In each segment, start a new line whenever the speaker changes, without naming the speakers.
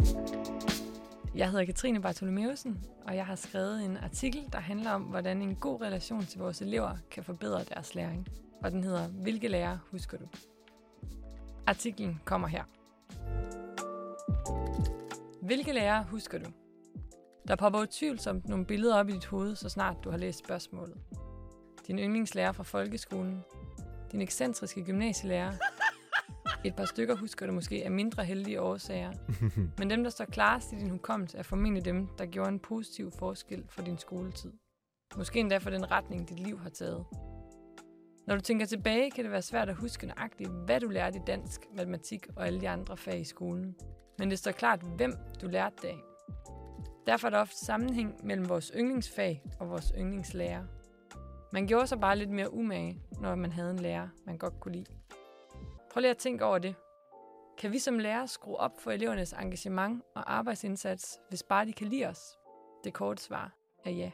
Jeg hedder Katrine Bartholomeusen, og jeg har skrevet en artikel, der handler om, hvordan en god relation til vores elever kan forbedre deres læring. Og den hedder, hvilke lærere husker du? Artiklen kommer her. Hvilke lærere husker du? Der popper utvivlsomt nogle billeder op i dit hoved, så snart du har læst spørgsmålet. Din yndlingslærer fra folkeskolen, din ekscentriske gymnasielærer. Et par stykker husker du måske af mindre heldige årsager, men dem, der står klarest i din hukommelse, er formentlig dem, der gjorde en positiv forskel for din skoletid. Måske endda for den retning, dit liv har taget. Når du tænker tilbage, kan det være svært at huske nøjagtigt, hvad du lærte i dansk, matematik og alle de andre fag i skolen. Men det står klart, hvem du lærte det af. Derfor er der ofte sammenhæng mellem vores yndlingsfag og vores yndlingslærer. Man gjorde sig bare lidt mere umage, når man havde en lærer, man godt kunne lide. Prøv lige at tænke over det. Kan vi som lærere skrue op for elevernes engagement og arbejdsindsats, hvis bare de kan lide os? Det korte svar er ja.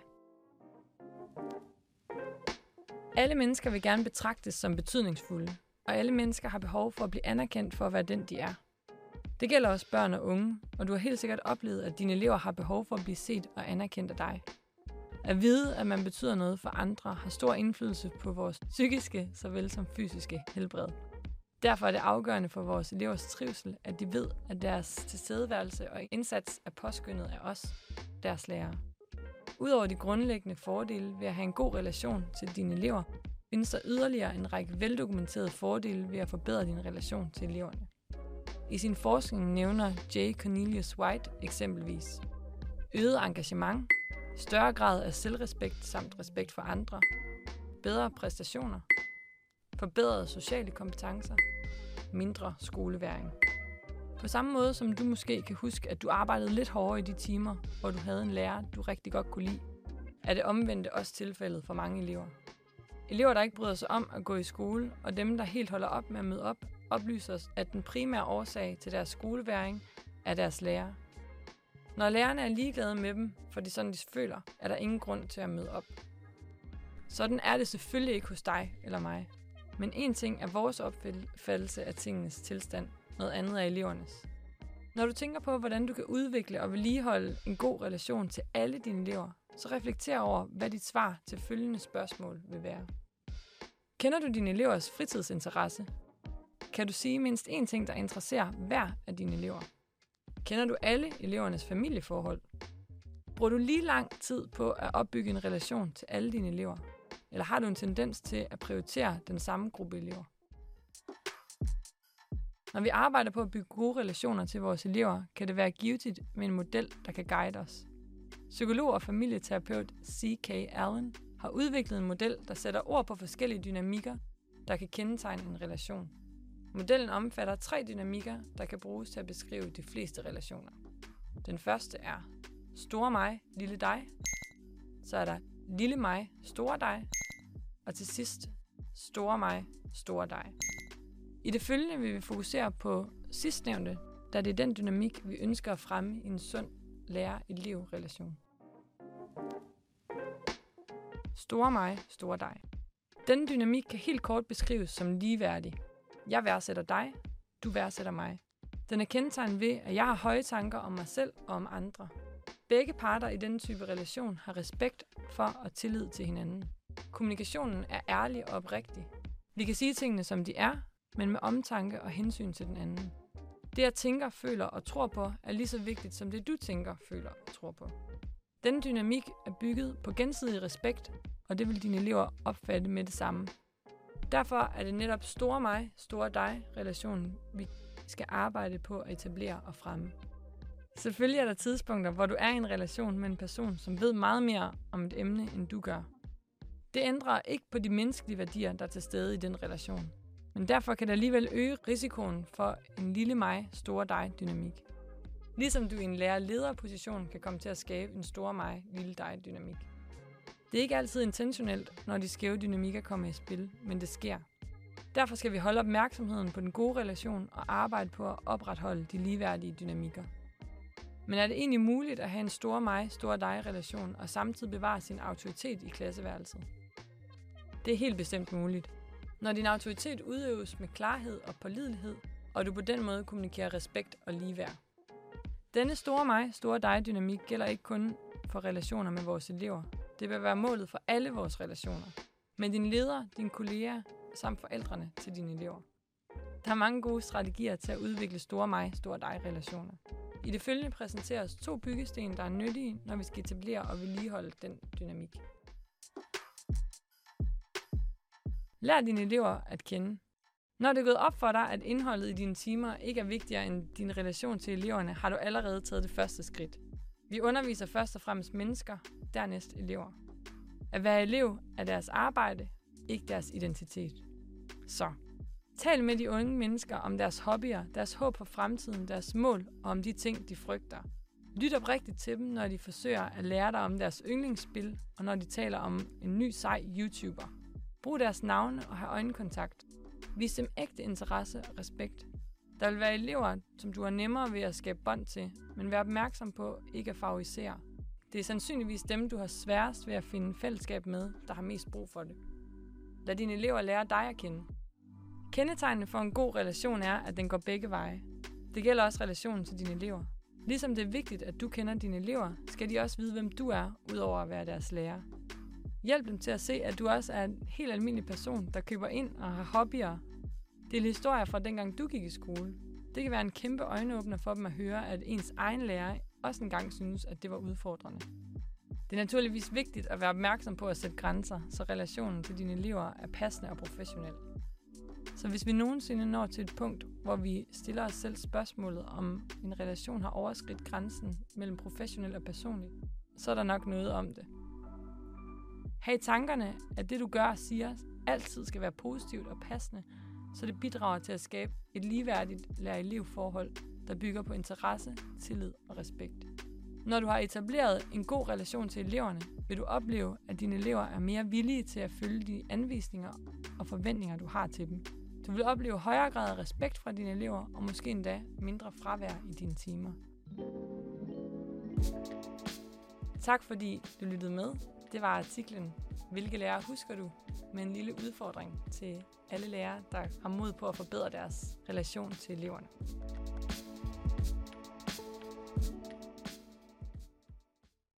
Alle mennesker vil gerne betragtes som betydningsfulde, og alle mennesker har behov for at blive anerkendt for at være den, de er. Det gælder også børn og unge, og du har helt sikkert oplevet, at dine elever har behov for at blive set og anerkendt af dig. At vide, at man betyder noget for andre, har stor indflydelse på vores psykiske såvel som fysiske helbred. Derfor er det afgørende for vores elevers trivsel, at de ved, at deres tilstedeværelse og indsats er påskyndet af os, deres lærere. Udover de grundlæggende fordele ved at have en god relation til dine elever, findes der yderligere en række veldokumenterede fordele ved at forbedre din relation til eleverne. I sin forskning nævner J. Cornelius White eksempelvis øget engagement, større grad af selvrespekt samt respekt for andre, bedre præstationer, forbedrede sociale kompetencer, mindre skoleværing. På samme måde som du måske kan huske, at du arbejdede lidt hårdere i de timer, hvor du havde en lærer, du rigtig godt kunne lide, er det omvendte også tilfældet for mange elever. Elever, der ikke bryder sig om at gå i skole, og dem, der helt holder op med at møde op, oplyser os, at den primære årsag til deres skoleværing er deres lærer. Når lærerne er ligeglade med dem, for det sådan de føler, er der ingen grund til at møde op. Sådan er det selvfølgelig ikke hos dig eller mig. Men en ting er vores opfattelse af tingenes tilstand, noget andet er elevernes. Når du tænker på, hvordan du kan udvikle og vedligeholde en god relation til alle dine elever, så reflekter over, hvad dit svar til følgende spørgsmål vil være. Kender du dine elevers fritidsinteresse? Kan du sige mindst én ting, der interesserer hver af dine elever? Kender du alle elevernes familieforhold? Bruger du lige lang tid på at opbygge en relation til alle dine elever? Eller har du en tendens til at prioritere den samme gruppe elever? Når vi arbejder på at bygge gode relationer til vores elever, kan det være givetigt med en model, der kan guide os. Psykolog og familieterapeut C.K. Allen har udviklet en model, der sætter ord på forskellige dynamikker, der kan kendetegne en relation. Modellen omfatter 3 dynamikker, der kan bruges til at beskrive de fleste relationer. Den første er store mig, lille dig. Så er der lille mig, store dig. Og til sidst store mig, store dig. I det følgende vil vi fokusere på sidstnævnte, da det er den dynamik, vi ønsker at fremme i en sund lærer-elev-relation. Store mig, store dig. Denne dynamik kan helt kort beskrives som ligeværdig. Jeg værdsætter dig, du værdsætter mig. Den er kendetegnet ved, at jeg har høje tanker om mig selv og om andre. Begge parter i denne type relation har respekt for og tillid til hinanden. Kommunikationen er ærlig og oprigtig. Vi kan sige tingene, som de er, men med omtanke og hensyn til den anden. Det, jeg tænker, føler og tror på, er lige så vigtigt som det, du tænker, føler og tror på. Denne dynamik er bygget på gensidig respekt, og det vil dine elever opfatte med det samme. Derfor er det netop store mig, store dig relationen, vi skal arbejde på at etablere og fremme. Selvfølgelig er der tidspunkter, hvor du er i en relation med en person, som ved meget mere om et emne, end du gør. Det ændrer ikke på de menneskelige værdier, der er til stede i den relation. Men derfor kan det alligevel øge risikoen for en lille mig, store dig dynamik. Ligesom du i en lærer-leder-position kan komme til at skabe en store mig, lille dig dynamik. Det er ikke altid intentionelt, når de skæve dynamikker kommer i spil, men det sker. Derfor skal vi holde opmærksomheden på den gode relation og arbejde på at opretholde de ligeværdige dynamikker. Men er det egentlig muligt at have en store mig, store dig relation og samtidig bevare sin autoritet i klasseværelset? Det er helt bestemt muligt. Når din autoritet udøves med klarhed og pålidelighed, og du på den måde kommunikerer respekt og ligeværd. Denne store mig, store dig-dynamik gælder ikke kun for relationer med vores elever. Det vil være målet for alle vores relationer. Med dine ledere, dine kolleger samt forældrene til dine elever. Der er mange gode strategier til at udvikle store mig, store dig-relationer. I det følgende præsenteres 2 byggesten, der er nyttige, når vi skal etablere og vedligeholde den dynamik. Lær dine elever at kende. Når det er gået op for dig, at indholdet i dine timer ikke er vigtigere end din relation til eleverne, har du allerede taget det første skridt. Vi underviser først og fremmest mennesker, dernæst elever. At være elev er deres arbejde, ikke deres identitet. Så, tal med de unge mennesker om deres hobbyer, deres håb for fremtiden, deres mål og om de ting, de frygter. Lyt oprigtigt til dem, når de forsøger at lære dig om deres yndlingsspil, og når de taler om en ny sej YouTuber. Brug deres navne og have øjenkontakt. Vis dem ægte interesse og respekt. Der vil være elever, som du har nemmere ved at skabe bånd til, men vær opmærksom på ikke at favorisere. Det er sandsynligvis dem, du har sværest ved at finde fællesskab med, der har mest brug for det. Lad dine elever lære dig at kende. Kendetegnene for en god relation er, at den går begge veje. Det gælder også relationen til dine elever. Ligesom det er vigtigt, at du kender dine elever, skal de også vide, hvem du er, udover at være deres lærer. Hjælp dem til at se, at du også er en helt almindelig person, der køber ind og har hobbyer. Del historier fra dengang du gik i skole. Det kan være en kæmpe øjenåbner for dem at høre, at ens egen lærer også engang synes, at det var udfordrende. Det er naturligvis vigtigt at være opmærksom på at sætte grænser, så relationen til dine elever er passende og professionel. Så hvis vi nogensinde når til et punkt, hvor vi stiller os selv spørgsmålet, om en relation har overskridt grænsen mellem professionel og personlig, så er der nok noget om det. Ha' i tankerne, at det du gør og siger altid skal være positivt og passende, så det bidrager til at skabe et ligeværdigt lærer-elev-forhold, der bygger på interesse, tillid og respekt. Når du har etableret en god relation til eleverne, vil du opleve, at dine elever er mere villige til at følge de anvisninger og forventninger, du har til dem. Du vil opleve højere grad af respekt fra dine elever, og måske endda mindre fravær i dine timer. Tak fordi du lyttede med. Det var artiklen "Hvilke lærere husker du?" med en lille udfordring til alle lærere, der har mod på at forbedre deres relation til eleverne.